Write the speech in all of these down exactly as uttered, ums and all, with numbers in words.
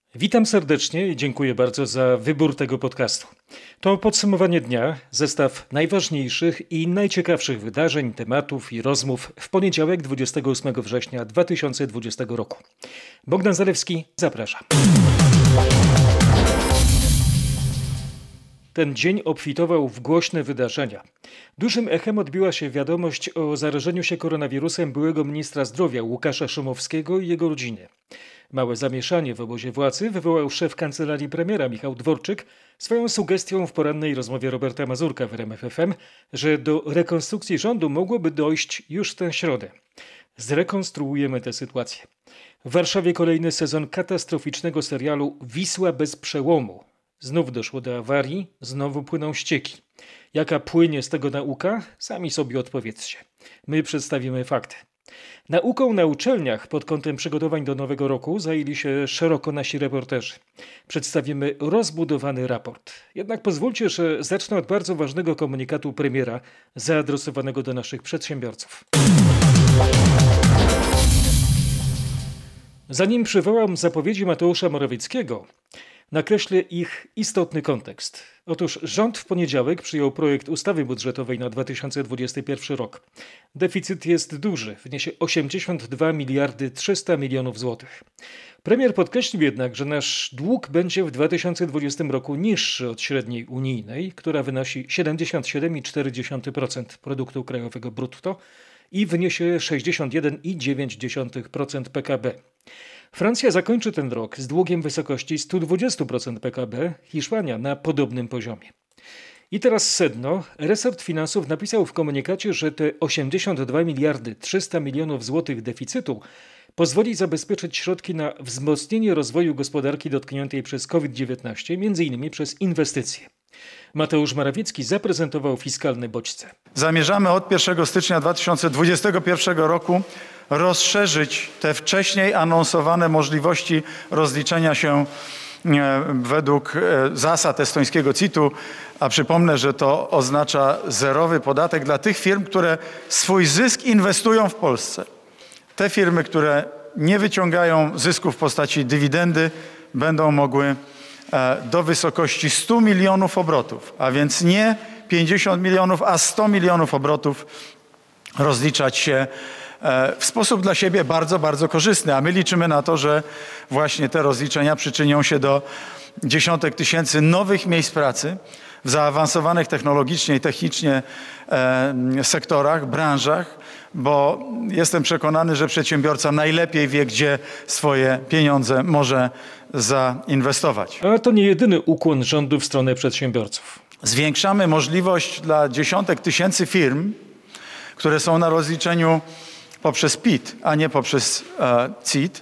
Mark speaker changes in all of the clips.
Speaker 1: Witam serdecznie i dziękuję bardzo za wybór tego podcastu. To podsumowanie dnia, zestaw najważniejszych i najciekawszych wydarzeń, tematów i rozmów w poniedziałek dwudziestego ósmego września dwa tysiące dwudziestego roku. Bogdan Zalewski, zapraszam. Ten dzień obfitował w głośne wydarzenia. Dużym echem odbiła się wiadomość o zarażeniu się koronawirusem byłego ministra zdrowia Łukasza Szumowskiego i jego rodziny. Małe zamieszanie w obozie władzy wywołał szef kancelarii premiera Michał Dworczyk swoją sugestią w porannej rozmowie Roberta Mazurka w R M F F M, że do rekonstrukcji rządu mogłoby dojść już w tę środę. Zrekonstruujemy tę sytuację. W Warszawie kolejny sezon katastroficznego serialu Wisła bez przełomu. Znów doszło do awarii, znowu płyną ścieki. Jaka płynie z tego nauka? Sami sobie odpowiedzcie. My przedstawimy fakty. Nauką na uczelniach pod kątem przygotowań do nowego roku zajęli się szeroko nasi reporterzy. Przedstawimy rozbudowany raport. Jednak pozwólcie, że zacznę od bardzo ważnego komunikatu premiera zaadresowanego do naszych przedsiębiorców. Zanim przywołam zapowiedzi Mateusza Morawieckiego, nakreślę ich istotny kontekst. Otóż rząd w poniedziałek przyjął projekt ustawy budżetowej na dwa tysiące dwudziesty pierwszy rok. Deficyt jest duży, wyniesie osiemdziesiąt dwa miliardy trzysta milionów złotych. Premier podkreślił jednak, że nasz dług będzie w dwa tysiące dwudziestym roku niższy od średniej unijnej, która wynosi siedemdziesiąt siedem przecinek cztery procent produktu krajowego brutto i wyniesie sześćdziesiąt jeden przecinek dziewięć procent P K B. Francja zakończy ten rok z długiem w wysokości sto dwadzieścia procent P K B, Hiszpania na podobnym poziomie. I teraz sedno. Resort Finansów napisał w komunikacie, że te osiemdziesiąt dwa miliardy trzysta milionów złotych deficytu pozwoli zabezpieczyć środki na wzmocnienie rozwoju gospodarki dotkniętej przez COVID dziewiętnaście, między innymi przez inwestycje. Mateusz Morawiecki zaprezentował fiskalne bodźce.
Speaker 2: Zamierzamy od pierwszego stycznia dwa tysiące dwudziestego pierwszego roku rozszerzyć te wcześniej anonsowane możliwości rozliczenia się według zasad estońskiego C I T-u, a przypomnę, że to oznacza zerowy podatek dla tych firm, które swój zysk inwestują w Polsce. Te firmy, które nie wyciągają zysku w postaci dywidendy, będą mogły do wysokości stu milionów obrotów, a więc nie pięćdziesiąt milionów, a sto milionów obrotów rozliczać się w sposób dla siebie bardzo, bardzo korzystny. A my liczymy na to, że właśnie te rozliczenia przyczynią się do dziesiątek tysięcy nowych miejsc pracy w zaawansowanych technologicznie i technicznie sektorach, branżach, bo jestem przekonany, że przedsiębiorca najlepiej wie, gdzie swoje pieniądze może zainwestować.
Speaker 1: A to nie jedyny ukłon rządu w stronę przedsiębiorców.
Speaker 2: Zwiększamy możliwość dla dziesiątek tysięcy firm, które są na rozliczeniu poprzez P I T, a nie poprzez e, C I T,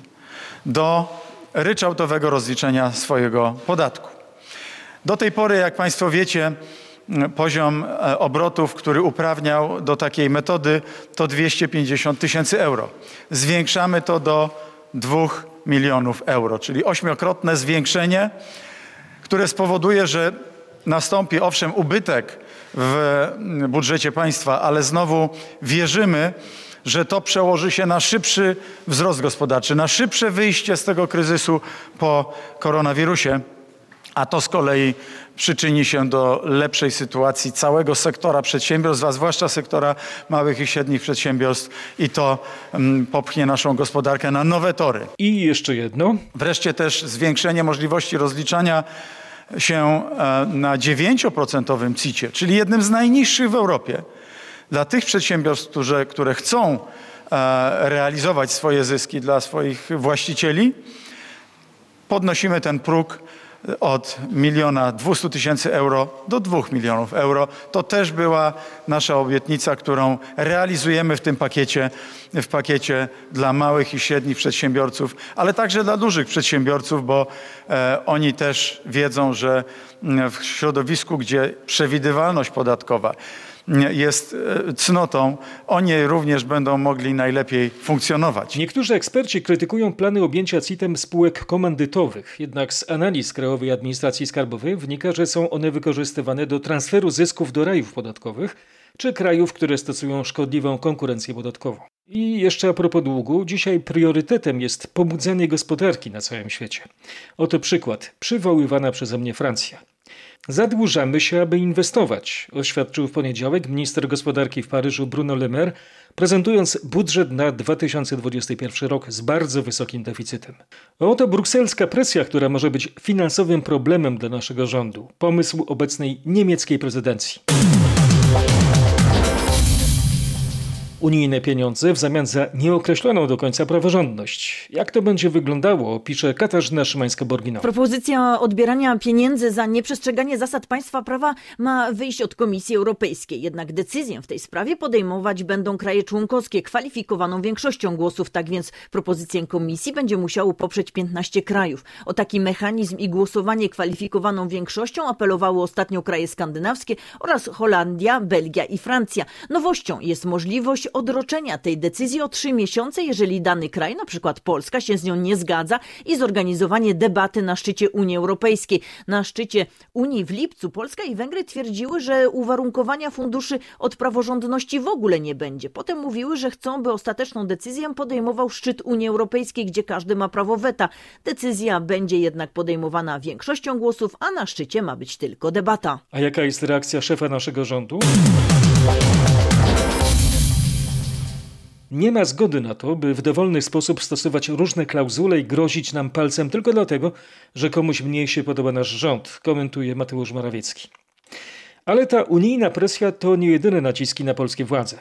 Speaker 2: do ryczałtowego rozliczenia swojego podatku. Do tej pory, jak Państwo wiecie, poziom obrotów, który uprawniał do takiej metody, to dwieście pięćdziesiąt tysięcy euro. Zwiększamy to do dwóch milionów euro, czyli ośmiokrotne zwiększenie, które spowoduje, że nastąpi owszem ubytek w budżecie państwa, ale znowu wierzymy, że to przełoży się na szybszy wzrost gospodarczy, na szybsze wyjście z tego kryzysu po koronawirusie, a to z kolei przyczyni się do lepszej sytuacji całego sektora przedsiębiorstw, a zwłaszcza sektora małych i średnich przedsiębiorstw, i to mm, popchnie naszą gospodarkę na nowe tory.
Speaker 1: I jeszcze jedno.
Speaker 2: Wreszcie też zwiększenie możliwości rozliczania się na dziewięcioprocentowym C I T-ie, czyli jednym z najniższych w Europie. Dla tych przedsiębiorstw, które, które chcą realizować swoje zyski dla swoich właścicieli, podnosimy ten próg od miliona dwustu tysięcy euro do dwóch milionów euro. To też była nasza obietnica, którą realizujemy w tym pakiecie, w pakiecie dla małych i średnich przedsiębiorców, ale także dla dużych przedsiębiorców, bo e, oni też wiedzą, że w środowisku, gdzie przewidywalność podatkowa jest cnotą, oni również będą mogli najlepiej funkcjonować.
Speaker 1: Niektórzy eksperci krytykują plany objęcia C I T-em spółek komandytowych, jednak z analiz Krajowej Administracji Skarbowej wynika, że są one wykorzystywane do transferu zysków do rajów podatkowych czy krajów, które stosują szkodliwą konkurencję podatkową. I jeszcze a propos długu, dzisiaj priorytetem jest pobudzenie gospodarki na całym świecie. Oto przykład, przywoływana przeze mnie Francja. Zadłużamy się, aby inwestować, oświadczył w poniedziałek minister gospodarki w Paryżu Bruno Le Maire, prezentując budżet na dwa tysiące dwudziesty pierwszy rok z bardzo wysokim deficytem. Oto brukselska presja, która może być finansowym problemem dla naszego rządu. Pomysł obecnej niemieckiej prezydencji. Unijne pieniądze w zamian za nieokreśloną do końca praworządność. Jak to będzie wyglądało, pisze Katarzyna Szymańska-Borginowa.
Speaker 3: Propozycja odbierania pieniędzy za nieprzestrzeganie zasad państwa prawa ma wyjść od Komisji Europejskiej. Jednak decyzję w tej sprawie podejmować będą kraje członkowskie kwalifikowaną większością głosów. Tak więc propozycję Komisji będzie musiało poprzeć piętnaście krajów. O taki mechanizm i głosowanie kwalifikowaną większością apelowały ostatnio kraje skandynawskie oraz Holandia, Belgia i Francja. Nowością jest możliwość odroczenia tej decyzji o trzy miesiące, jeżeli dany kraj, na przykład Polska, się z nią nie zgadza, i zorganizowanie debaty na szczycie Unii Europejskiej. Na szczycie Unii w lipcu Polska i Węgry twierdziły, że uwarunkowania funduszy od praworządności w ogóle nie będzie. Potem mówiły, że chcą, by ostateczną decyzję podejmował szczyt Unii Europejskiej, gdzie każdy ma prawo weta. Decyzja będzie jednak podejmowana większością głosów, a na szczycie ma być tylko debata.
Speaker 1: A jaka jest reakcja szefa naszego rządu? Nie ma zgody na to, by w dowolny sposób stosować różne klauzule i grozić nam palcem tylko dlatego, że komuś mniej się podoba nasz rząd, komentuje Mateusz Morawiecki. Ale ta unijna presja to nie jedyne naciski na polskie władze.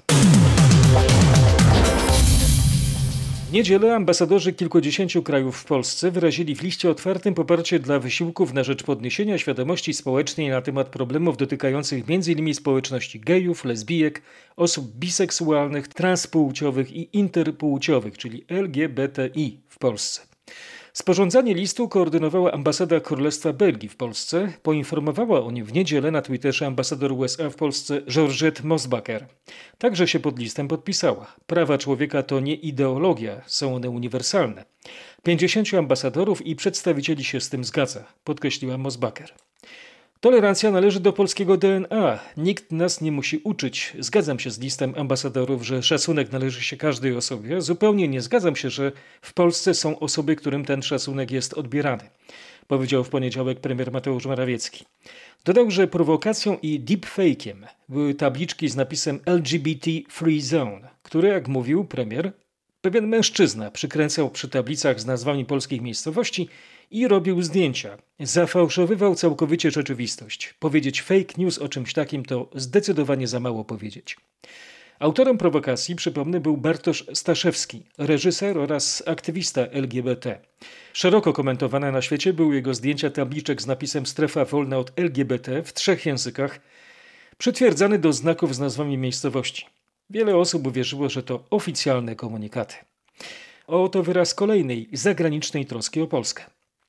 Speaker 1: W niedzielę ambasadorzy kilkudziesięciu krajów w Polsce wyrazili w liście otwartym poparcie dla wysiłków na rzecz podniesienia świadomości społecznej na temat problemów dotykających między innymi społeczności gejów, lesbijek, osób biseksualnych, transpłciowych i interpłciowych, czyli L G B T I w Polsce. Sporządzanie listu koordynowała ambasada Królestwa Belgii w Polsce. Poinformowała o nim w niedzielę na Twitterze ambasador U S A w Polsce Georgette Mosbacher. Także się pod listem podpisała. Prawa człowieka to nie ideologia, są one uniwersalne. Pięćdziesięciu ambasadorów i przedstawicieli się z tym zgadza, podkreśliła Mosbacher. Tolerancja należy do polskiego D N A. Nikt nas nie musi uczyć. Zgadzam się z listem ambasadorów, że szacunek należy się każdej osobie. Zupełnie nie zgadzam się, że w Polsce są osoby, którym ten szacunek jest odbierany, powiedział w poniedziałek premier Mateusz Morawiecki. Dodał, że prowokacją i deepfake'iem były tabliczki z napisem L G B T Free Zone, które, jak mówił premier, pewien mężczyzna przykręcał przy tablicach z nazwami polskich miejscowości i robił zdjęcia. Zafałszowywał całkowicie rzeczywistość. Powiedzieć fake news o czymś takim to zdecydowanie za mało powiedzieć. Autorem prowokacji, przypomnę, był Bartosz Staszewski, reżyser oraz aktywista L G B T. Szeroko komentowane na świecie były jego zdjęcia tabliczek z napisem Strefa wolna od L G B T w trzech językach, przytwierdzany do znaków z nazwami miejscowości. Wiele osób uwierzyło, że to oficjalne komunikaty. Oto wyraz kolejnej zagranicznej troski o Polskę.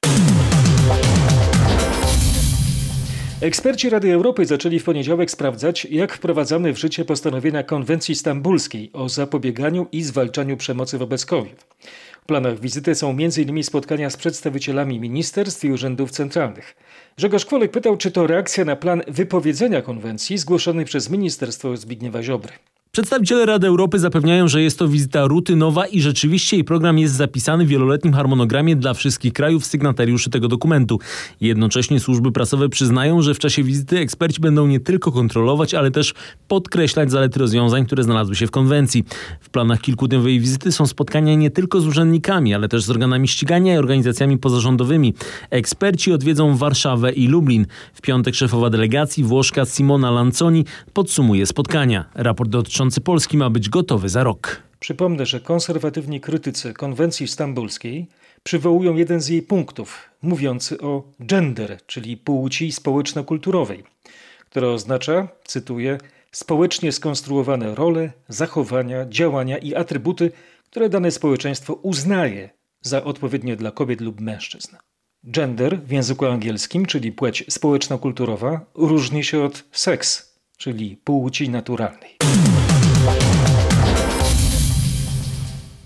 Speaker 1: Eksperci Rady Europy zaczęli w poniedziałek sprawdzać, jak wprowadzamy w życie postanowienia konwencji stambulskiej o zapobieganiu i zwalczaniu przemocy wobec kobiet. W planach wizyty są między innymi spotkania z przedstawicielami ministerstw i urzędów centralnych. Grzegorz Kwolek pytał, czy to reakcja na plan wypowiedzenia konwencji zgłoszony przez ministerstwo Zbigniewa Ziobry.
Speaker 4: Przedstawiciele Rady Europy zapewniają, że jest to wizyta rutynowa i rzeczywiście jej program jest zapisany w wieloletnim harmonogramie dla wszystkich krajów sygnatariuszy tego dokumentu. Jednocześnie służby prasowe przyznają, że w czasie wizyty eksperci będą nie tylko kontrolować, ale też podkreślać zalety rozwiązań, które znalazły się w konwencji. W planach kilkudniowej wizyty są spotkania nie tylko z urzędnikami, ale też z organami ścigania i organizacjami pozarządowymi. Eksperci odwiedzą Warszawę i Lublin. W piątek szefowa delegacji Włoszka Simona Lanzoni podsumuje spotkania. Raport dotyczący Polski ma być gotowy za rok.
Speaker 1: Przypomnę, że konserwatywni krytycy konwencji stambulskiej przywołują jeden z jej punktów, mówiący o gender, czyli płci społeczno-kulturowej, która oznacza, cytuję, społecznie skonstruowane role, zachowania, działania i atrybuty, które dane społeczeństwo uznaje za odpowiednie dla kobiet lub mężczyzn. Gender w języku angielskim, czyli płeć społeczno-kulturowa, różni się od seks, czyli płci naturalnej.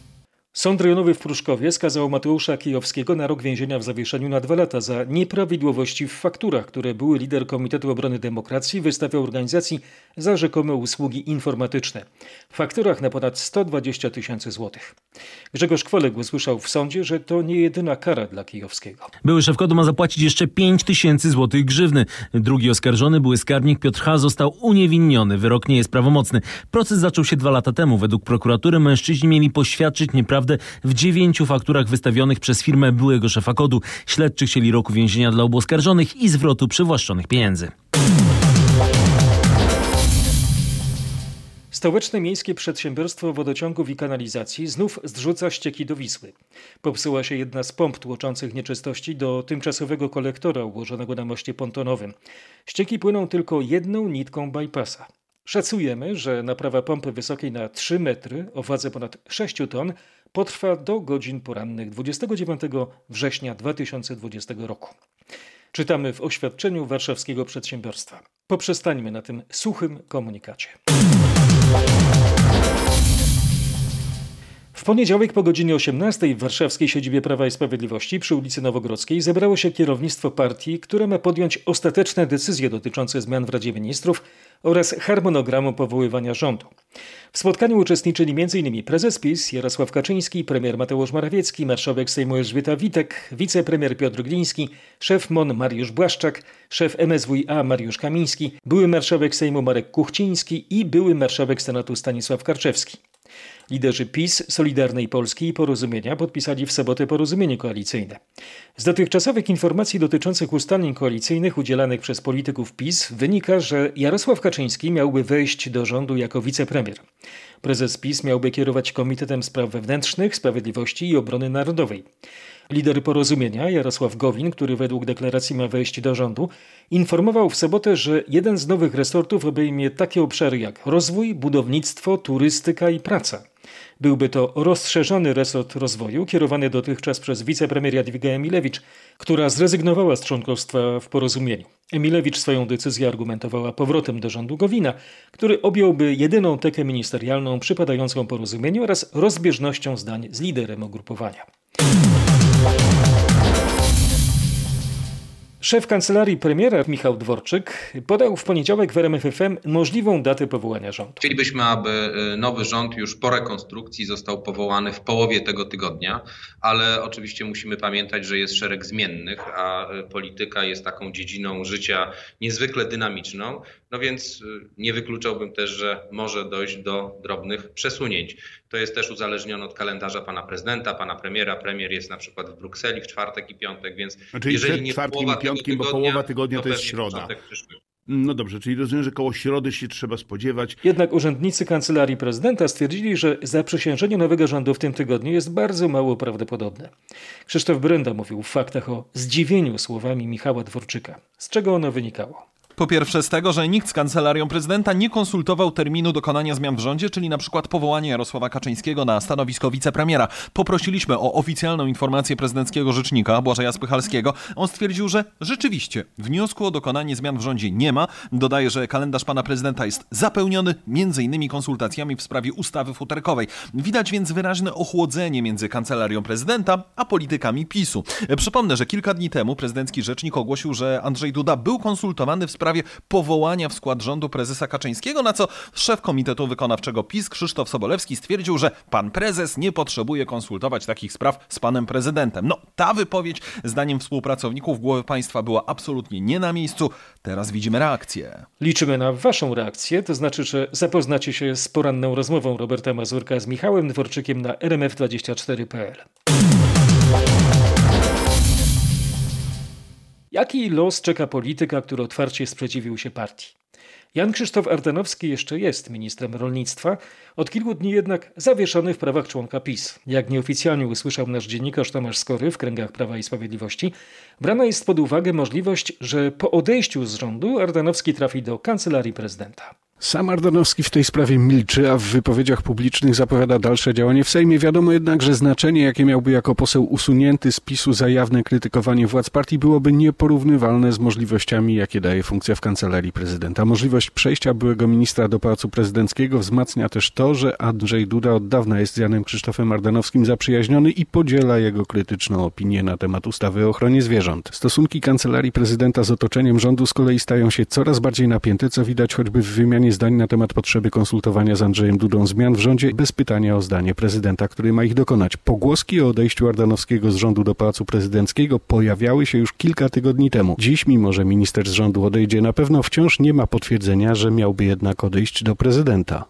Speaker 1: Sąd rejonowy w Pruszkowie skazał Mateusza Kijowskiego na rok więzienia w zawieszeniu na dwa lata za nieprawidłowości w fakturach, które były lider Komitetu Obrony Demokracji wystawiał organizacji za rzekome usługi informatyczne. W fakturach na ponad sto dwadzieścia tysięcy złotych. Grzegorz Kwolek usłyszał w sądzie, że to nie jedyna kara dla Kijowskiego.
Speaker 4: Były szef KOD-u ma zapłacić jeszcze pięć tysięcy złotych grzywny. Drugi oskarżony, były skarbnik Piotr H., został uniewinniony. Wyrok nie jest prawomocny. Proces zaczął się dwa lata temu. Według prokuratury mężczyźni mieli poświadczyć nieprawdę w dziewięciu fakturach wystawionych przez firmę byłego szefa KOD-u. Śledczy chcieli roku więzienia dla obu oskarżonych i zwrotu przywłaszczonych pieniędzy.
Speaker 1: Stołeczne Miejskie Przedsiębiorstwo Wodociągów i Kanalizacji znów zrzuca ścieki do Wisły. Popsuła się jedna z pomp tłoczących nieczystości do tymczasowego kolektora ułożonego na moście pontonowym. Ścieki płyną tylko jedną nitką bypassa. Szacujemy, że naprawa pompy wysokiej na trzy metry o wadze ponad sześć ton potrwa do godzin porannych dwudziestego dziewiątego września dwa tysiące dwudziestego roku. Czytamy w oświadczeniu warszawskiego przedsiębiorstwa. Poprzestańmy na tym suchym komunikacie. W poniedziałek po godzinie osiemnastej w warszawskiej siedzibie Prawa i Sprawiedliwości przy ulicy Nowogrodzkiej zebrało się kierownictwo partii, które ma podjąć ostateczne decyzje dotyczące zmian w Radzie Ministrów oraz harmonogramu powoływania rządu. W spotkaniu uczestniczyli m.in. prezes PiS Jarosław Kaczyński, premier Mateusz Morawiecki, marszałek Sejmu Elżbieta Witek, wicepremier Piotr Gliński, szef M O N Mariusz Błaszczak, szef M S W i A Mariusz Kamiński, były marszałek Sejmu Marek Kuchciński i były marszałek Senatu Stanisław Karczewski. Liderzy PiS, Solidarnej Polski i Porozumienia podpisali w sobotę porozumienie koalicyjne. Z dotychczasowych informacji dotyczących ustaleń koalicyjnych udzielanych przez polityków PiS wynika, że Jarosław Kaczyński miałby wejść do rządu jako wicepremier. Prezes PiS miałby kierować Komitetem Spraw Wewnętrznych, Sprawiedliwości i Obrony Narodowej. Lider Porozumienia, Jarosław Gowin, który według deklaracji ma wejść do rządu, informował w sobotę, że jeden z nowych resortów obejmie takie obszary jak rozwój, budownictwo, turystyka i praca. Byłby to rozszerzony resort rozwoju kierowany dotychczas przez wicepremier Jadwigę Emilewicz, która zrezygnowała z członkostwa w Porozumieniu. Emilewicz swoją decyzję argumentowała powrotem do rządu Gowina, który objąłby jedyną tekę ministerialną przypadającą Porozumieniu oraz rozbieżnością zdań z liderem ugrupowania. Szef kancelarii premiera Michał Dworczyk podał w poniedziałek w R M F F M możliwą datę powołania rządu.
Speaker 5: Chcielibyśmy, aby nowy rząd już po rekonstrukcji został powołany w połowie tego tygodnia, ale oczywiście musimy pamiętać, że jest szereg zmiennych, a polityka jest taką dziedziną życia niezwykle dynamiczną, no więc nie wykluczałbym też, że może dojść do drobnych przesunięć. To jest też uzależnione od kalendarza pana prezydenta, pana premiera. Premier jest na przykład w Brukseli w czwartek i piątek, więc
Speaker 6: czyli
Speaker 5: jeżeli
Speaker 6: przed
Speaker 5: nie
Speaker 6: czwartkiem i piątkiem, tygodnia, bo połowa tygodnia to, to jest środa. No dobrze, czyli rozumiem, że koło środy się trzeba spodziewać.
Speaker 1: Jednak urzędnicy Kancelarii Prezydenta stwierdzili, że zaprzysiężenie nowego rządu w tym tygodniu jest bardzo mało prawdopodobne. Krzysztof Brenda mówił w Faktach o zdziwieniu słowami Michała Dworczyka. Z czego ono wynikało?
Speaker 7: Po pierwsze z tego, że nikt z Kancelarią Prezydenta nie konsultował terminu dokonania zmian w rządzie, czyli na przykład powołanie Jarosława Kaczyńskiego na stanowisko wicepremiera. Poprosiliśmy o oficjalną informację prezydenckiego rzecznika Błażeja Spychalskiego. On stwierdził, że rzeczywiście wniosku o dokonanie zmian w rządzie nie ma. Dodaje, że kalendarz pana prezydenta jest zapełniony między innymi konsultacjami w sprawie ustawy futerkowej. Widać więc wyraźne ochłodzenie między Kancelarią Prezydenta a politykami PiSu. Przypomnę, że kilka dni temu prezydencki rzecznik ogłosił, że Andrzej Duda był konsultowany w sprawie powołania w skład rządu prezesa Kaczyńskiego, na co szef Komitetu Wykonawczego PiS Krzysztof Sobolewski stwierdził, że pan prezes nie potrzebuje konsultować takich spraw z panem prezydentem. No, ta wypowiedź zdaniem współpracowników głowy państwa była absolutnie nie na miejscu. Teraz widzimy reakcję.
Speaker 1: Liczymy na waszą reakcję, to znaczy, że zapoznacie się z poranną rozmową Roberta Mazurka z Michałem Dworczykiem na R M F dwadzieścia cztery kropka p l. Jaki los czeka polityka, który otwarcie sprzeciwił się partii? Jan Krzysztof Ardanowski jeszcze jest ministrem rolnictwa, od kilku dni jednak zawieszony w prawach członka PiS. Jak nieoficjalnie usłyszał nasz dziennikarz Tomasz Skory w kręgach Prawa i Sprawiedliwości, brana jest pod uwagę możliwość, że po odejściu z rządu Ardanowski trafi do Kancelarii Prezydenta.
Speaker 8: Sam Ardanowski w tej sprawie milczy, a w wypowiedziach publicznych zapowiada dalsze działanie w Sejmie. Wiadomo jednak, że znaczenie, jakie miałby jako poseł usunięty z PiS-u za jawne krytykowanie władz partii, byłoby nieporównywalne z możliwościami, jakie daje funkcja w Kancelarii Prezydenta. Możliwość przejścia byłego ministra do Pałacu Prezydenckiego wzmacnia też to, że Andrzej Duda od dawna jest z Janem Krzysztofem Ardanowskim zaprzyjaźniony i podziela jego krytyczną opinię na temat ustawy o ochronie zwierząt. Stosunki Kancelarii Prezydenta z otoczeniem rządu z kolei stają się coraz bardziej napięte, co widać choćby w wymianie zdań na temat potrzeby konsultowania z Andrzejem Dudą zmian w rządzie bez pytania o zdanie prezydenta, który ma ich dokonać. Pogłoski o odejściu Ardanowskiego z rządu do Pałacu Prezydenckiego pojawiały się już kilka tygodni temu. Dziś, mimo że minister z rządu odejdzie na pewno, wciąż nie ma potwierdzenia, że miałby jednak odejść do prezydenta.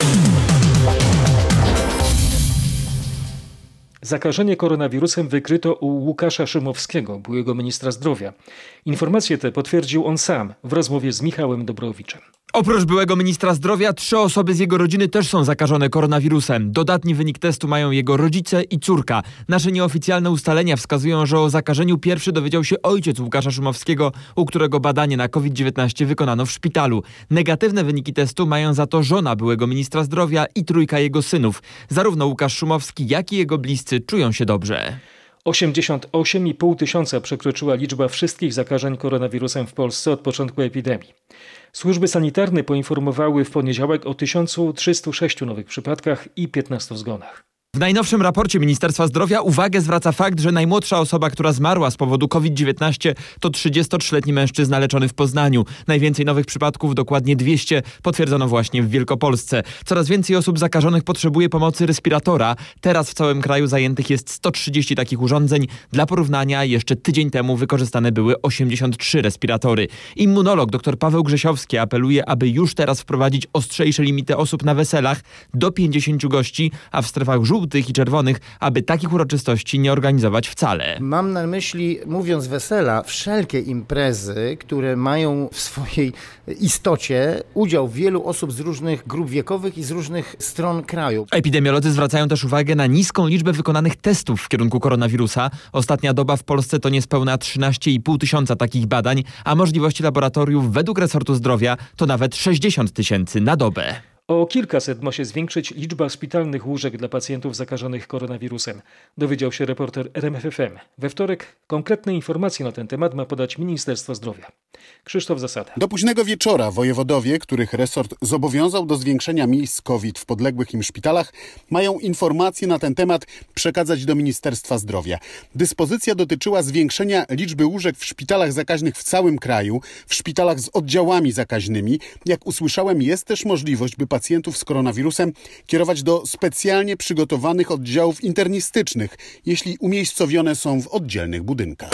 Speaker 1: Zakażenie koronawirusem wykryto u Łukasza Szumowskiego, byłego ministra zdrowia. Informacje te potwierdził on sam w rozmowie z Michałem Dobrowiczem.
Speaker 9: Oprócz byłego ministra zdrowia, trzy osoby z jego rodziny też są zakażone koronawirusem. Dodatni wynik testu mają jego rodzice i córka. Nasze nieoficjalne ustalenia wskazują, że o zakażeniu pierwszy dowiedział się ojciec Łukasza Szumowskiego, u którego badanie na COVID dziewiętnaście wykonano w szpitalu. Negatywne wyniki testu mają za to żona byłego ministra zdrowia i trójka jego synów. Zarówno Łukasz Szumowski, jak i jego bliscy czują się dobrze.
Speaker 1: osiemdziesiąt osiem i pół tysiąca przekroczyła liczba wszystkich zakażeń koronawirusem w Polsce od początku epidemii. Służby sanitarne poinformowały w poniedziałek o tysiąc trzystu sześciu nowych przypadkach i piętnastu zgonach.
Speaker 9: W najnowszym raporcie Ministerstwa Zdrowia uwagę zwraca fakt, że najmłodsza osoba, która zmarła z powodu COVID dziewiętnaście, to trzydziestotrzyletni mężczyzna leczony w Poznaniu. Najwięcej nowych przypadków, dokładnie dwieście, potwierdzono właśnie w Wielkopolsce. Coraz więcej osób zakażonych potrzebuje pomocy respiratora. Teraz w całym kraju zajętych jest sto trzydzieści takich urządzeń. Dla porównania jeszcze tydzień temu wykorzystane były osiemdziesiąt trzy respiratory. Immunolog dr Paweł Grzesiowski apeluje, aby już teraz wprowadzić ostrzejsze limity osób na weselach do pięćdziesięciu gości, a w strefach żółtych żółtych i czerwonych, aby takich uroczystości nie organizować wcale.
Speaker 10: Mam na myśli, mówiąc wesela, wszelkie imprezy, które mają w swojej istocie udział wielu osób z różnych grup wiekowych i z różnych stron kraju.
Speaker 9: Epidemiolodzy zwracają też uwagę na niską liczbę wykonanych testów w kierunku koronawirusa. Ostatnia doba w Polsce to niespełna trzynaście i pół tysiąca takich badań, a możliwości laboratoriów według resortu zdrowia to nawet sześćdziesiąt tysięcy na dobę.
Speaker 1: O kilkaset ma się zwiększyć liczba szpitalnych łóżek dla pacjentów zakażonych koronawirusem, dowiedział się reporter R M F F M. We wtorek konkretne informacje na ten temat ma podać Ministerstwo Zdrowia. Krzysztof Zasada.
Speaker 11: Do późnego wieczora wojewodowie, których resort zobowiązał do zwiększenia miejsc COVID w podległych im szpitalach, mają informacje na ten temat przekazać do Ministerstwa Zdrowia. Dyspozycja dotyczyła zwiększenia liczby łóżek w szpitalach zakaźnych w całym kraju, w szpitalach z oddziałami zakaźnymi. Jak usłyszałem, jest też możliwość, by pacjentów z koronawirusem kierować do specjalnie przygotowanych oddziałów internistycznych, jeśli umiejscowione są w oddzielnych budynkach.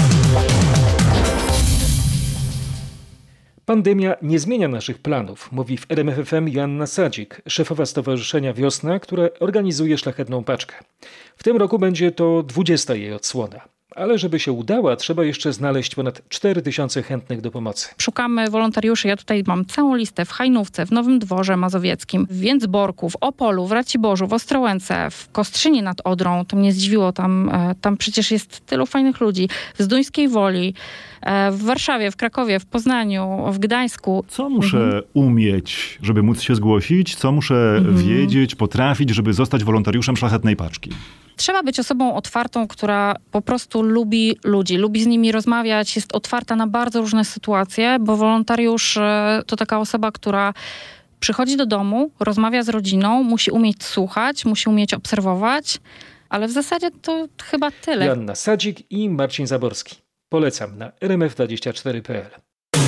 Speaker 1: Pandemia nie zmienia naszych planów, mówi w R M F F M Joanna Sadzik, szefowa Stowarzyszenia Wiosna, które organizuje Szlachetną Paczkę. W tym roku będzie to dwudziesta jej odsłona. Ale żeby się udała, trzeba jeszcze znaleźć ponad cztery tysiące chętnych do pomocy.
Speaker 12: Szukamy wolontariuszy. Ja tutaj mam całą listę w Hajnówce, w Nowym Dworze Mazowieckim, w Więcborku, w Opolu, w Raciborzu, w Ostrołęce, w Kostrzynie nad Odrą. To mnie zdziwiło, tam, tam przecież jest tylu fajnych ludzi. W Zduńskiej Woli, w Warszawie, w Krakowie, w Poznaniu, w Gdańsku.
Speaker 13: Co muszę
Speaker 12: mhm.
Speaker 13: umieć, żeby móc się zgłosić? Co muszę mhm. wiedzieć, potrafić, żeby zostać wolontariuszem Szlachetnej Paczki?
Speaker 12: Trzeba być osobą otwartą, która po prostu lubi ludzi, lubi z nimi rozmawiać, jest otwarta na bardzo różne sytuacje, bo wolontariusz to taka osoba, która przychodzi do domu, rozmawia z rodziną, musi umieć słuchać, musi umieć obserwować, ale w zasadzie to chyba tyle.
Speaker 1: Joanna Sadzik i Marcin Zaborski. Polecam na R M F dwadzieścia cztery kropka P L.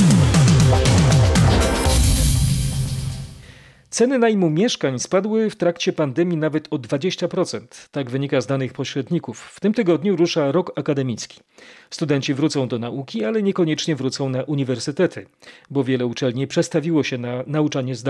Speaker 1: Ceny najmu mieszkań spadły w trakcie pandemii nawet o dwadzieścia procent. Tak wynika z danych pośredników. W tym tygodniu rusza rok akademicki. Studenci wrócą do nauki, ale niekoniecznie wrócą na uniwersytety, bo wiele uczelni przestawiło się na nauczanie zdalne.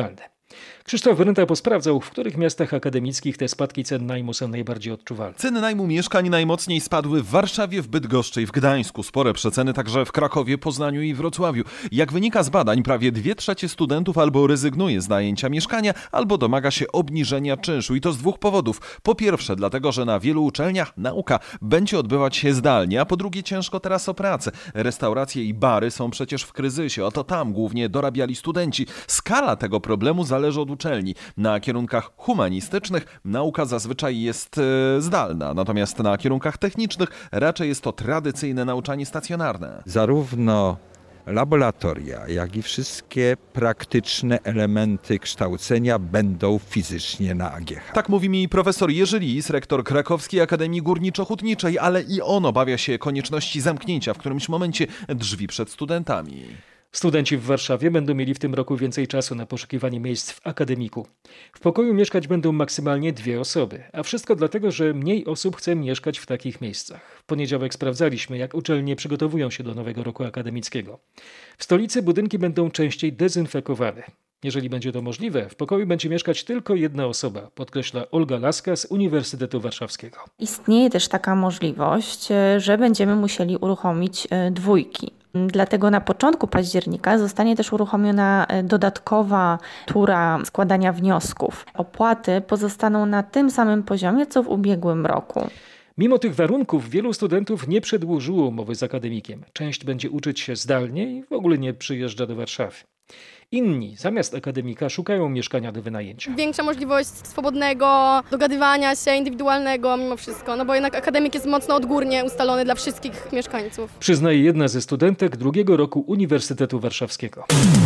Speaker 1: Krzysztof Wyrynta posprawdzał, w których miastach akademickich te spadki cen najmu są najbardziej odczuwalne.
Speaker 7: Ceny najmu mieszkań najmocniej spadły w Warszawie, w Bydgoszczy i w Gdańsku. Spore przeceny także w Krakowie, Poznaniu i Wrocławiu. Jak wynika z badań, prawie dwie trzecie studentów albo rezygnuje z najęcia mieszkania, albo domaga się obniżenia czynszu. I to z dwóch powodów. Po pierwsze, dlatego, że na wielu uczelniach nauka będzie odbywać się zdalnie, a po drugie ciężko teraz o pracę. Restauracje i bary są przecież w kryzysie. Oto tam głównie dorabiali studenci. Skala tego problemu zależy od uczelni. Na kierunkach humanistycznych nauka zazwyczaj jest e, zdalna, natomiast na kierunkach technicznych raczej jest to tradycyjne nauczanie stacjonarne.
Speaker 14: Zarówno laboratoria, jak i wszystkie praktyczne elementy kształcenia będą fizycznie na A G H.
Speaker 7: Tak mówi mi profesor Jerzy Lis, rektor Krakowskiej Akademii Górniczo-Hutniczej, ale i on obawia się konieczności zamknięcia w którymś momencie drzwi przed studentami.
Speaker 1: Studenci w Warszawie będą mieli w tym roku więcej czasu na poszukiwanie miejsc w akademiku. W pokoju mieszkać będą maksymalnie dwie osoby, a wszystko dlatego, że mniej osób chce mieszkać w takich miejscach. W poniedziałek sprawdzaliśmy, jak uczelnie przygotowują się do nowego roku akademickiego. W stolicy budynki będą częściej dezynfekowane. Jeżeli będzie to możliwe, w pokoju będzie mieszkać tylko jedna osoba, podkreśla Olga Laska z Uniwersytetu Warszawskiego.
Speaker 15: Istnieje też taka możliwość, że będziemy musieli uruchomić dwójki. Dlatego na początku października zostanie też uruchomiona dodatkowa tura składania wniosków. Opłaty pozostaną na tym samym poziomie, co w ubiegłym roku.
Speaker 1: Mimo tych warunków wielu studentów nie przedłużyło umowy z akademikiem. Część będzie uczyć się zdalnie i w ogóle nie przyjeżdża do Warszawy. Inni zamiast akademika szukają mieszkania do wynajęcia.
Speaker 16: Większa możliwość swobodnego dogadywania się, indywidualnego mimo wszystko, no bo jednak akademik jest mocno odgórnie ustalony dla wszystkich mieszkańców.
Speaker 1: Przyznaje jedna ze studentek drugiego roku Uniwersytetu Warszawskiego.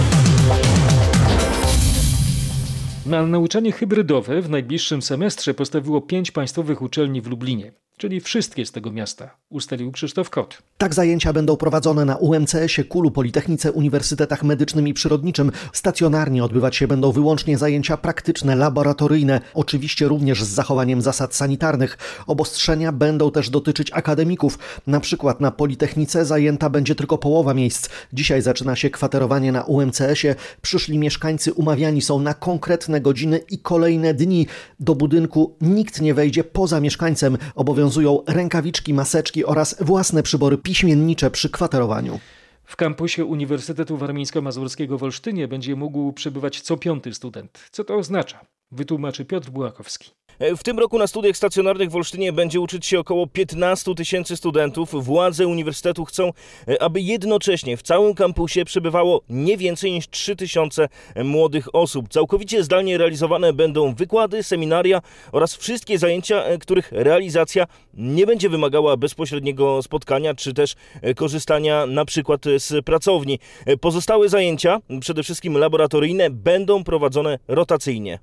Speaker 1: Na nauczanie hybrydowe w najbliższym semestrze postawiło pięć państwowych uczelni w Lublinie, czyli wszystkie z tego miasta, ustalił Krzysztof Kot.
Speaker 17: Tak zajęcia będą prowadzone na U M C S ie, Kulu, Politechnice, Uniwersytetach Medycznym i Przyrodniczym. Stacjonarnie odbywać się będą wyłącznie zajęcia praktyczne, laboratoryjne, oczywiście również z zachowaniem zasad sanitarnych. Obostrzenia będą też dotyczyć akademików. Na przykład na Politechnice zajęta będzie tylko połowa miejsc. Dzisiaj zaczyna się kwaterowanie na U M C S ie. Przyszli mieszkańcy umawiani są na konkretne godziny i kolejne dni. Do budynku nikt nie wejdzie poza mieszkańcem. Obowiązują rękawiczki, maseczki oraz własne przybory piśmiennicze przy kwaterowaniu.
Speaker 1: W kampusie Uniwersytetu Warmińsko-Mazurskiego w Olsztynie będzie mógł przebywać co piąty student. Co to oznacza? Wytłumaczy Piotr Bułakowski.
Speaker 18: W tym roku na studiach stacjonarnych w Olsztynie będzie uczyć się około piętnaście tysięcy studentów. Władze uniwersytetu chcą, aby jednocześnie w całym kampusie przebywało nie więcej niż trzy tysiące młodych osób. Całkowicie zdalnie realizowane będą wykłady, seminaria oraz wszystkie zajęcia, których realizacja nie będzie wymagała bezpośredniego spotkania czy też korzystania na przykład z pracowni. Pozostałe zajęcia, przede wszystkim laboratoryjne, będą prowadzone rotacyjnie.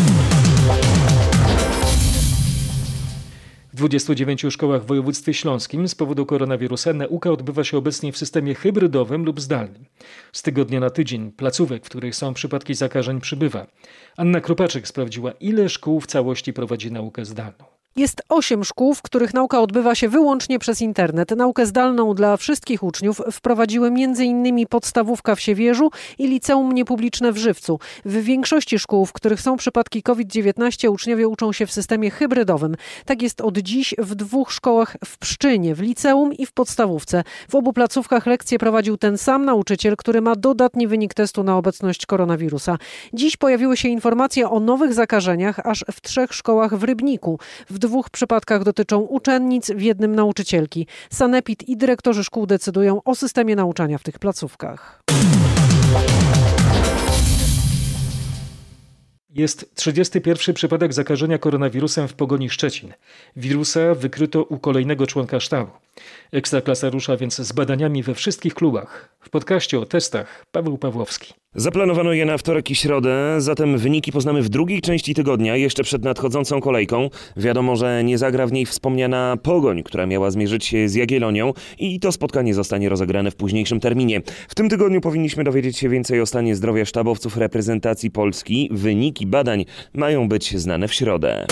Speaker 1: W dwudziestu dziewięciu szkołach w województwie śląskim z powodu koronawirusa nauka odbywa się obecnie w systemie hybrydowym lub zdalnym. Z tygodnia na tydzień placówek, w których są przypadki zakażeń, przybywa. Anna Krupaczyk sprawdziła, ile szkół w całości prowadzi naukę zdalną.
Speaker 19: Jest osiem szkół, w których nauka odbywa się wyłącznie przez internet. Naukę zdalną dla wszystkich uczniów wprowadziły między innymi podstawówka w Siewierzu i liceum niepubliczne w Żywcu. W większości szkół, w których są przypadki kowid dziewiętnaście, uczniowie uczą się w systemie hybrydowym. Tak jest od dziś w dwóch szkołach w Pszczynie, w liceum i w podstawówce. W obu placówkach lekcje prowadził ten sam nauczyciel, który ma dodatni wynik testu na obecność koronawirusa. Dziś pojawiły się informacje o nowych zakażeniach aż w trzech szkołach w Rybniku. W dwóch przypadkach dotyczą uczennic, w jednym nauczycielki. Sanepid i dyrektorzy szkół decydują o systemie nauczania w tych placówkach.
Speaker 1: Jest trzydziesty pierwszy przypadek zakażenia koronawirusem w Pogoni Szczecin. Wirusa wykryto u kolejnego członka sztabu. Ekstraklasa rusza więc z badaniami we wszystkich klubach. W podcaście o testach Paweł Pawłowski.
Speaker 20: Zaplanowano je na wtorek i środę, zatem wyniki poznamy w drugiej części tygodnia, jeszcze przed nadchodzącą kolejką. Wiadomo, że nie zagra w niej wspomniana Pogoń, która miała zmierzyć się z Jagiellonią i to spotkanie zostanie rozegrane w późniejszym terminie. W tym tygodniu powinniśmy dowiedzieć się więcej o stanie zdrowia sztabowców reprezentacji Polski. Wyniki badań mają być znane w środę.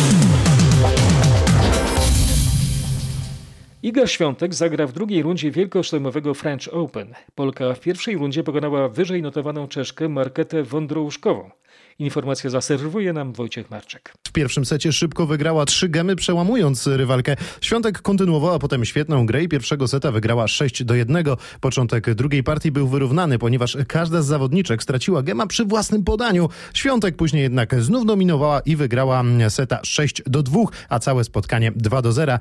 Speaker 1: Iga Świątek zagra w drugiej rundzie wielkoszlemowego French Open. Polka w pierwszej rundzie pokonała wyżej notowaną Czeszkę Marketę Wondrouszkową. Informację zaserwuje nam Wojciech Marczek.
Speaker 21: W pierwszym secie szybko wygrała trzy gemy, przełamując rywalkę. Świątek kontynuowała potem świetną grę i pierwszego seta wygrała sześć do jednego. Początek drugiej partii był wyrównany, ponieważ każda z zawodniczek straciła gema przy własnym podaniu. Świątek później jednak znów dominowała i wygrała seta sześć do dwóch, a całe spotkanie dwa do zera.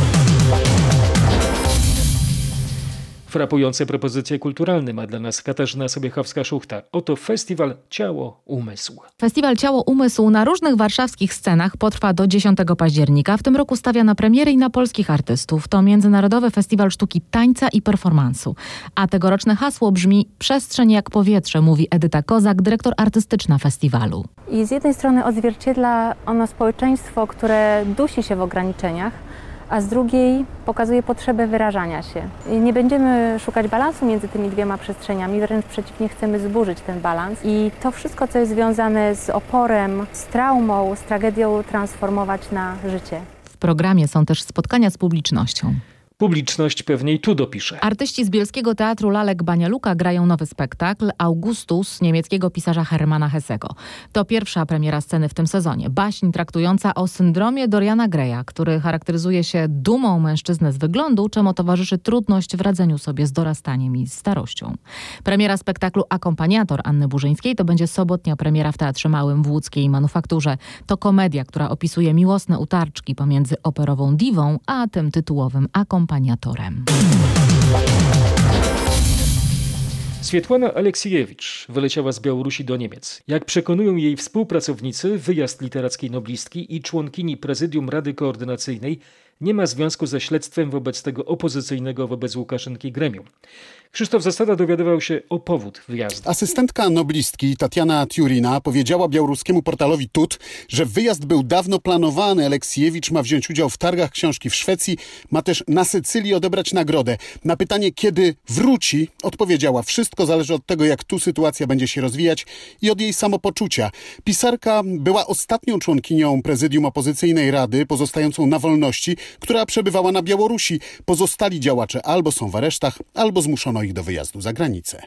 Speaker 1: Frapujące propozycje kulturalne ma dla nas Katarzyna Sobiechowska-Szuchta. Oto festiwal Ciało Umysł.
Speaker 22: Festiwal Ciało Umysł na różnych warszawskich scenach potrwa do dziesiątego października. W tym roku stawia na premiery i na polskich artystów. To Międzynarodowy Festiwal Sztuki Tańca i Performansu. A tegoroczne hasło brzmi Przestrzeń jak powietrze, mówi Edyta Kozak, dyrektor artystyczna festiwalu.
Speaker 23: I z jednej strony odzwierciedla ono społeczeństwo, które dusi się w ograniczeniach, a z drugiej pokazuje potrzebę wyrażania się. I nie będziemy szukać balansu między tymi dwiema przestrzeniami, wręcz przeciwnie, chcemy zburzyć ten balans i to wszystko, co jest związane z oporem, z traumą, z tragedią, transformować na życie.
Speaker 22: W programie są też spotkania z publicznością.
Speaker 1: Publiczność pewnie i tu dopisze.
Speaker 22: Artyści z Bielskiego Teatru Lalek Banialuka grają nowy spektakl Augustus niemieckiego pisarza Hermana Hessego. To pierwsza premiera sceny w tym sezonie. Baśń traktująca o syndromie Doriana Greya, który charakteryzuje się dumą mężczyzny z wyglądu, czemu towarzyszy trudność w radzeniu sobie z dorastaniem i starością. Premiera spektaklu Akompaniator Anny Burzyńskiej to będzie sobotnia premiera w Teatrze Małym w łódzkiej Manufakturze. To komedia, która opisuje miłosne utarczki pomiędzy operową diwą a tym tytułowym akompaniatorem.
Speaker 1: Swietłana Aleksiejewicz wyleciała z Białorusi do Niemiec. Jak przekonują jej współpracownicy, wyjazd literackiej noblistki i członkini Prezydium Rady Koordynacyjnej nie ma związku ze śledztwem wobec tego opozycyjnego wobec Łukaszenki gremium. Krzysztof Zasada dowiadywał się o powód wyjazdu.
Speaker 11: Asystentka noblistki Tatiana Tiurina powiedziała białoruskiemu portalowi Tut, że wyjazd był dawno planowany. Aleksiejewicz ma wziąć udział w targach książki w Szwecji, ma też na Sycylii odebrać nagrodę. Na pytanie, kiedy wróci, odpowiedziała: wszystko zależy od tego, jak tu sytuacja będzie się rozwijać i od jej samopoczucia. Pisarka była ostatnią członkinią prezydium opozycyjnej rady, pozostającą na wolności, która przebywała na Białorusi. Pozostali działacze albo są w aresztach, albo zmuszono ich do wyjazdu za granicę.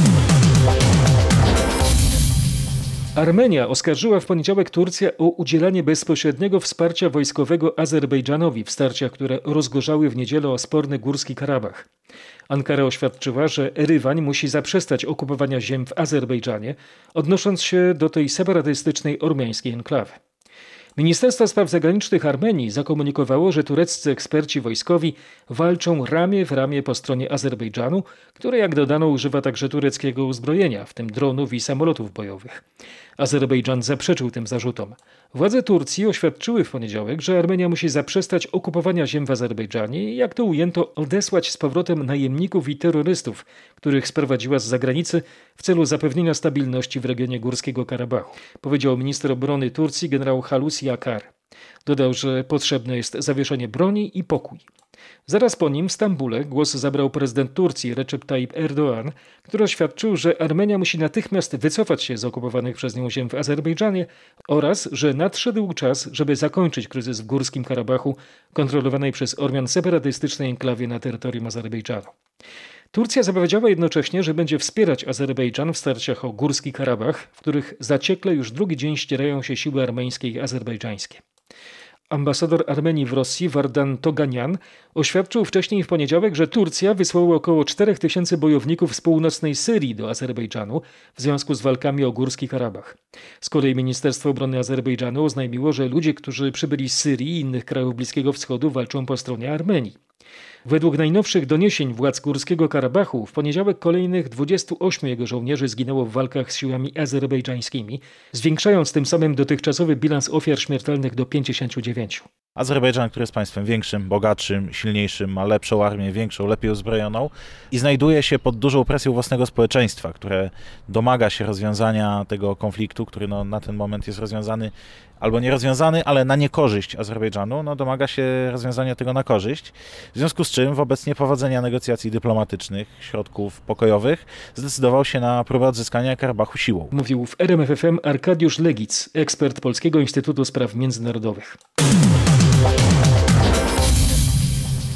Speaker 1: Armenia oskarżyła w poniedziałek Turcję o udzielanie bezpośredniego wsparcia wojskowego Azerbejdżanowi w starciach, które rozgorzały w niedzielę o sporny Górski Karabach. Ankara oświadczyła, że Erywan musi zaprzestać okupowania ziem w Azerbejdżanie, odnosząc się do tej separatystycznej ormiańskiej enklawy. Ministerstwo Spraw Zagranicznych Armenii zakomunikowało, że tureccy eksperci wojskowi walczą ramię w ramię po stronie Azerbejdżanu, które, jak dodano, używa także tureckiego uzbrojenia, w tym dronów i samolotów bojowych. Azerbejdżan zaprzeczył tym zarzutom. Władze Turcji oświadczyły w poniedziałek, że Armenia musi zaprzestać okupowania ziem w Azerbejdżanie i, jak to ujęto, odesłać z powrotem najemników i terrorystów, których sprowadziła z zagranicy w celu zapewnienia stabilności w regionie Górskiego Karabachu, powiedział minister obrony Turcji generał Hulusi Akar. Dodał, że potrzebne jest zawieszenie broni i pokój. Zaraz po nim w Stambule głos zabrał prezydent Turcji Recep Tayyip Erdoğan, który oświadczył, że Armenia musi natychmiast wycofać się z okupowanych przez nią ziem w Azerbejdżanie oraz, że nadszedł czas, żeby zakończyć kryzys w Górskim Karabachu kontrolowanej przez Ormian separatystycznej enklawie na terytorium Azerbejdżanu. Turcja zapowiedziała jednocześnie, że będzie wspierać Azerbejdżan w starciach o Górski Karabach, w których zaciekle już drugi dzień ścierają się siły armeńskie i azerbejdżańskie. Ambasador Armenii w Rosji Vardan Toganian oświadczył wcześniej w poniedziałek, że Turcja wysłała około czterech tysięcy bojowników z północnej Syrii do Azerbejdżanu w związku z walkami o Górski Karabach. Z kolei Ministerstwo Obrony Azerbejdżanu oznajmiło, że ludzie, którzy przybyli z Syrii i innych krajów Bliskiego Wschodu, walczą po stronie Armenii. Według najnowszych doniesień władz Górskiego Karabachu w poniedziałek kolejnych dwudziestu ośmiu jego żołnierzy zginęło w walkach z siłami azerbejdżańskimi, zwiększając tym samym dotychczasowy bilans ofiar śmiertelnych do pięćdziesięciu dziewięciu.
Speaker 24: Azerbejdżan, który jest państwem większym, bogatszym, silniejszym, ma lepszą armię, większą, lepiej uzbrojoną i znajduje się pod dużą presją własnego społeczeństwa, które domaga się rozwiązania tego konfliktu, który no, na ten moment jest rozwiązany albo nierozwiązany, ale na niekorzyść Azerbejdżanu, no domaga się rozwiązania tego na korzyść, w związku z czym wobec niepowodzenia negocjacji dyplomatycznych, środków pokojowych, zdecydował się na próbę odzyskania Karabachu siłą.
Speaker 1: Mówił w R M F F M Arkadiusz Legic, ekspert Polskiego Instytutu Spraw Międzynarodowych.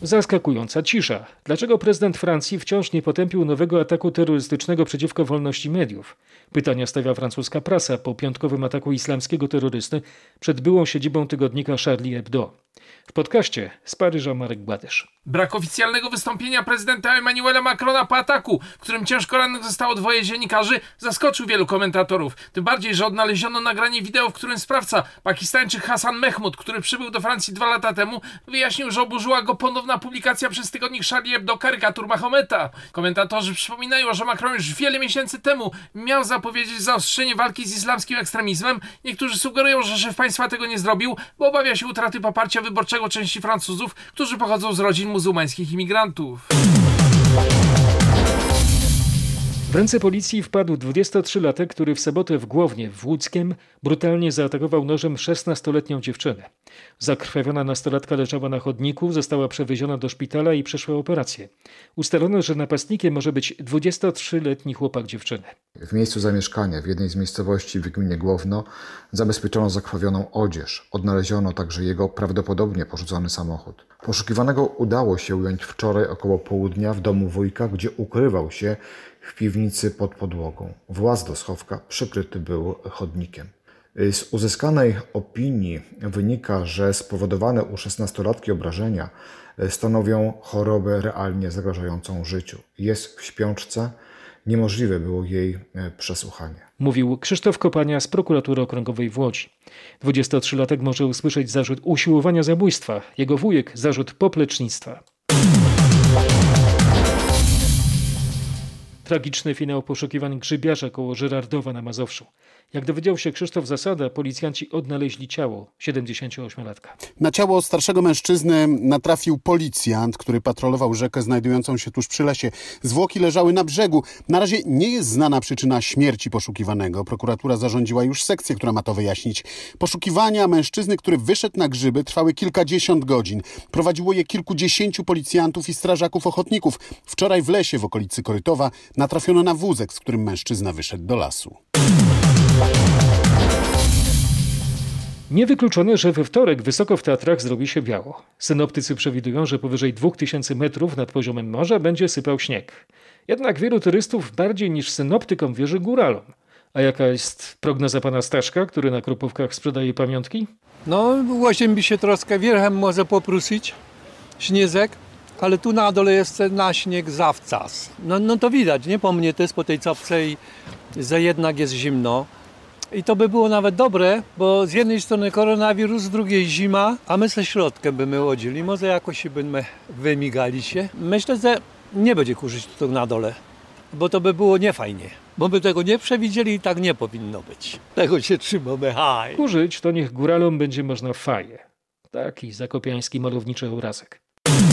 Speaker 1: Zaskakująca cisza. Dlaczego prezydent Francji wciąż nie potępił nowego ataku terrorystycznego przeciwko wolności mediów? Pytania stawia francuska prasa po piątkowym ataku islamskiego terrorysty przed byłą siedzibą tygodnika Charlie Hebdo. W podcaście z Paryża Marek Gładysz.
Speaker 2: Brak oficjalnego wystąpienia prezydenta Emmanuela Macrona po ataku, w którym ciężko rannych zostało dwoje dziennikarzy, zaskoczył wielu komentatorów. Tym bardziej, że odnaleziono nagranie wideo, w którym sprawca, Pakistańczyk Hassan Mehmud, który przybył do Francji dwa lata temu, wyjaśnił, że oburzyła go ponowna publikacja przez tygodnik Charlie Hebdo karykatur Mahometa. Komentatorzy przypominają, że Macron już wiele miesięcy temu miał zapowiedzieć zaostrzenie walki z islamskim ekstremizmem. Niektórzy sugerują, że szef państwa tego nie zrobił, bo obawia się utraty poparcia wyborczego części Francuzów, którzy pochodzą z rodzin muzułmańskich imigrantów.
Speaker 1: W ręce policji wpadł dwudziestotrzylatek, który w sobotę w Głownie w Łódzkiem brutalnie zaatakował nożem szesnastoletnią dziewczynę. Zakrwawiona nastolatka leżała na chodniku, została przewieziona do szpitala i przeszła operację. Ustalono, że napastnikiem może być dwudziestotrzyletni chłopak dziewczyny.
Speaker 3: W miejscu zamieszkania w jednej z miejscowości w gminie Głowno zabezpieczono zakrwawioną odzież. Odnaleziono także jego prawdopodobnie porzucony samochód. Poszukiwanego udało się ująć wczoraj około południa w domu wujka, gdzie ukrywał się w piwnicy pod podłogą. Właz do schowka przykryty był chodnikiem. Z uzyskanej opinii wynika, że spowodowane u szesnastolatki obrażenia stanowią chorobę realnie zagrażającą życiu. Jest w śpiączce, niemożliwe było jej przesłuchanie.
Speaker 1: Mówił Krzysztof Kopania z prokuratury okręgowej w Łodzi. dwudziestotrzylatek może usłyszeć zarzut usiłowania zabójstwa, jego wujek zarzut poplecznictwa. Tragiczny finał poszukiwań grzybiarza koło Żyrardowa na Mazowszu. Jak dowiedział się Krzysztof Zasada, policjanci odnaleźli ciało siedemdziesięcioośmiolatka.
Speaker 11: Na ciało starszego mężczyzny natrafił policjant, który patrolował rzekę znajdującą się tuż przy lesie. Zwłoki leżały na brzegu. Na razie nie jest znana przyczyna śmierci poszukiwanego. Prokuratura zarządziła już sekcję, która ma to wyjaśnić. Poszukiwania mężczyzny, który wyszedł na grzyby, trwały kilkadziesiąt godzin. Prowadziło je kilkudziesięciu policjantów i strażaków ochotników. Wczoraj w lesie w okolicy Korytowa natrafiono na wózek, z którym mężczyzna wyszedł do lasu.
Speaker 1: Niewykluczone, że we wtorek wysoko w Tatrach zrobi się biało. Synoptycy przewidują, że powyżej dwóch tysięcy metrów nad poziomem morza będzie sypał śnieg. Jednak wielu turystów bardziej niż synoptykom wierzy góralom. A jaka jest prognoza pana Staszka, który na Krupówkach sprzedaje pamiątki?
Speaker 4: No, łosiem by się troszkę wierchem może poprusić, śniezek, ale tu na dole jest na śnieg zawczas. No, no to widać, nie po mnie też po tej czapce, i że jednak jest zimno. I to by było nawet dobre, bo z jednej strony koronawirus, z drugiej zima, a my ze środkiem by my łodzili. Może jakoś byśmy wymigali się. Myślę, że nie będzie kurzyć tu na dole, bo to by było niefajnie. Bo my tego nie przewidzieli i tak nie powinno być. Tego się trzymamy, haj.
Speaker 1: Kurzyć to niech góralom będzie można faję. Taki zakopiański malowniczy obrazek.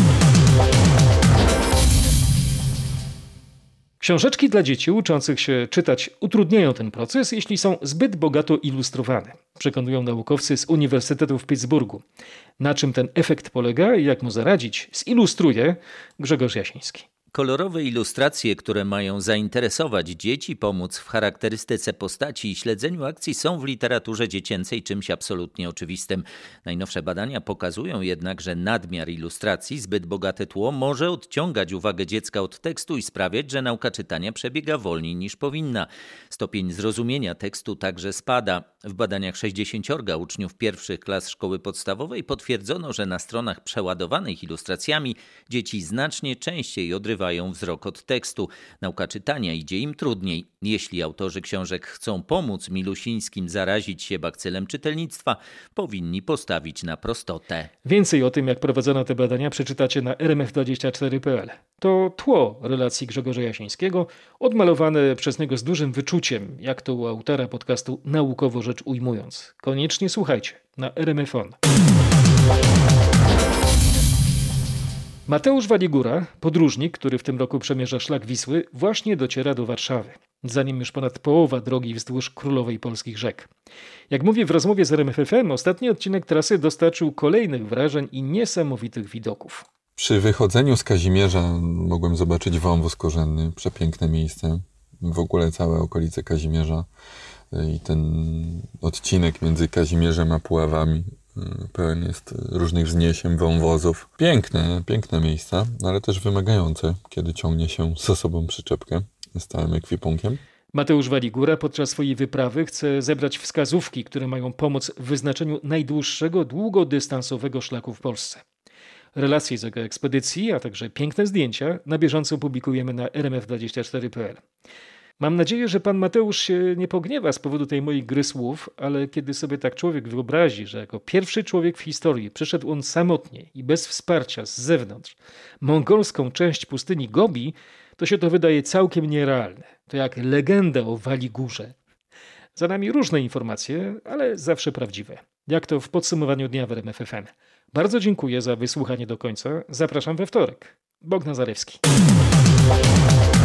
Speaker 1: Książeczki dla dzieci uczących się czytać utrudniają ten proces, jeśli są zbyt bogato ilustrowane, przekonują naukowcy z Uniwersytetu w Pittsburghu. Na czym ten efekt polega i jak mu zaradzić, zilustruje Grzegorz Jasiński.
Speaker 5: Kolorowe ilustracje, które mają zainteresować dzieci, pomóc w charakterystyce postaci i śledzeniu akcji, są w literaturze dziecięcej czymś absolutnie oczywistym. Najnowsze badania pokazują jednak, że nadmiar ilustracji, zbyt bogate tło może odciągać uwagę dziecka od tekstu i sprawiać, że nauka czytania przebiega wolniej niż powinna. Stopień zrozumienia tekstu także spada. W badaniach sześćdziesięciorga uczniów pierwszych klas szkoły podstawowej potwierdzono, że na stronach przeładowanych ilustracjami dzieci znacznie częściej odrywają wzrok od tekstu. Nauka czytania idzie im trudniej. Jeśli autorzy książek chcą pomóc milusińskim zarazić się bakcylem czytelnictwa, powinni postawić na prostotę.
Speaker 1: Więcej o tym, jak prowadzono te badania, przeczytacie na r m f dwadzieścia cztery kropka p l. To tło relacji Grzegorza Jasińskiego, odmalowane przez niego z dużym wyczuciem, jak to u autora podcastu Naukowo rzecz ujmując. Koniecznie słuchajcie na R M F on. Mateusz Waligura, podróżnik, który w tym roku przemierza szlak Wisły, właśnie dociera do Warszawy. Za nim już ponad połowa drogi wzdłuż królowej polskich rzek. Jak mówię w rozmowie z R M F F M, ostatni odcinek trasy dostarczył kolejnych wrażeń i niesamowitych widoków.
Speaker 25: Przy wychodzeniu z Kazimierza mogłem zobaczyć wąwóz korzenny, przepiękne miejsce, w ogóle całe okolice Kazimierza i ten odcinek między Kazimierzem a Puławami Pełen jest różnych wzniesień, wąwozów. Piękne, piękne miejsca, ale też wymagające, kiedy ciągnie się za sobą przyczepkę z całym ekwipunkiem.
Speaker 1: Mateusz Waligura podczas swojej wyprawy chce zebrać wskazówki, które mają pomóc w wyznaczeniu najdłuższego długodystansowego szlaku w Polsce. Relacje z jego ekspedycji, a także piękne zdjęcia na bieżąco publikujemy na r m f dwadzieścia cztery kropka p l. Mam nadzieję, że pan Mateusz się nie pogniewa z powodu tej mojej gry słów, ale kiedy sobie tak człowiek wyobrazi, że jako pierwszy człowiek w historii przeszedł on samotnie i bez wsparcia z zewnątrz mongolską część pustyni Gobi, to się to wydaje całkiem nierealne. To jak legenda o Waligurze. Za nami różne informacje, ale zawsze prawdziwe. Jak to w podsumowaniu dnia w R M F F M. Bardzo dziękuję za wysłuchanie do końca. Zapraszam we wtorek. Bogdan Zalewski.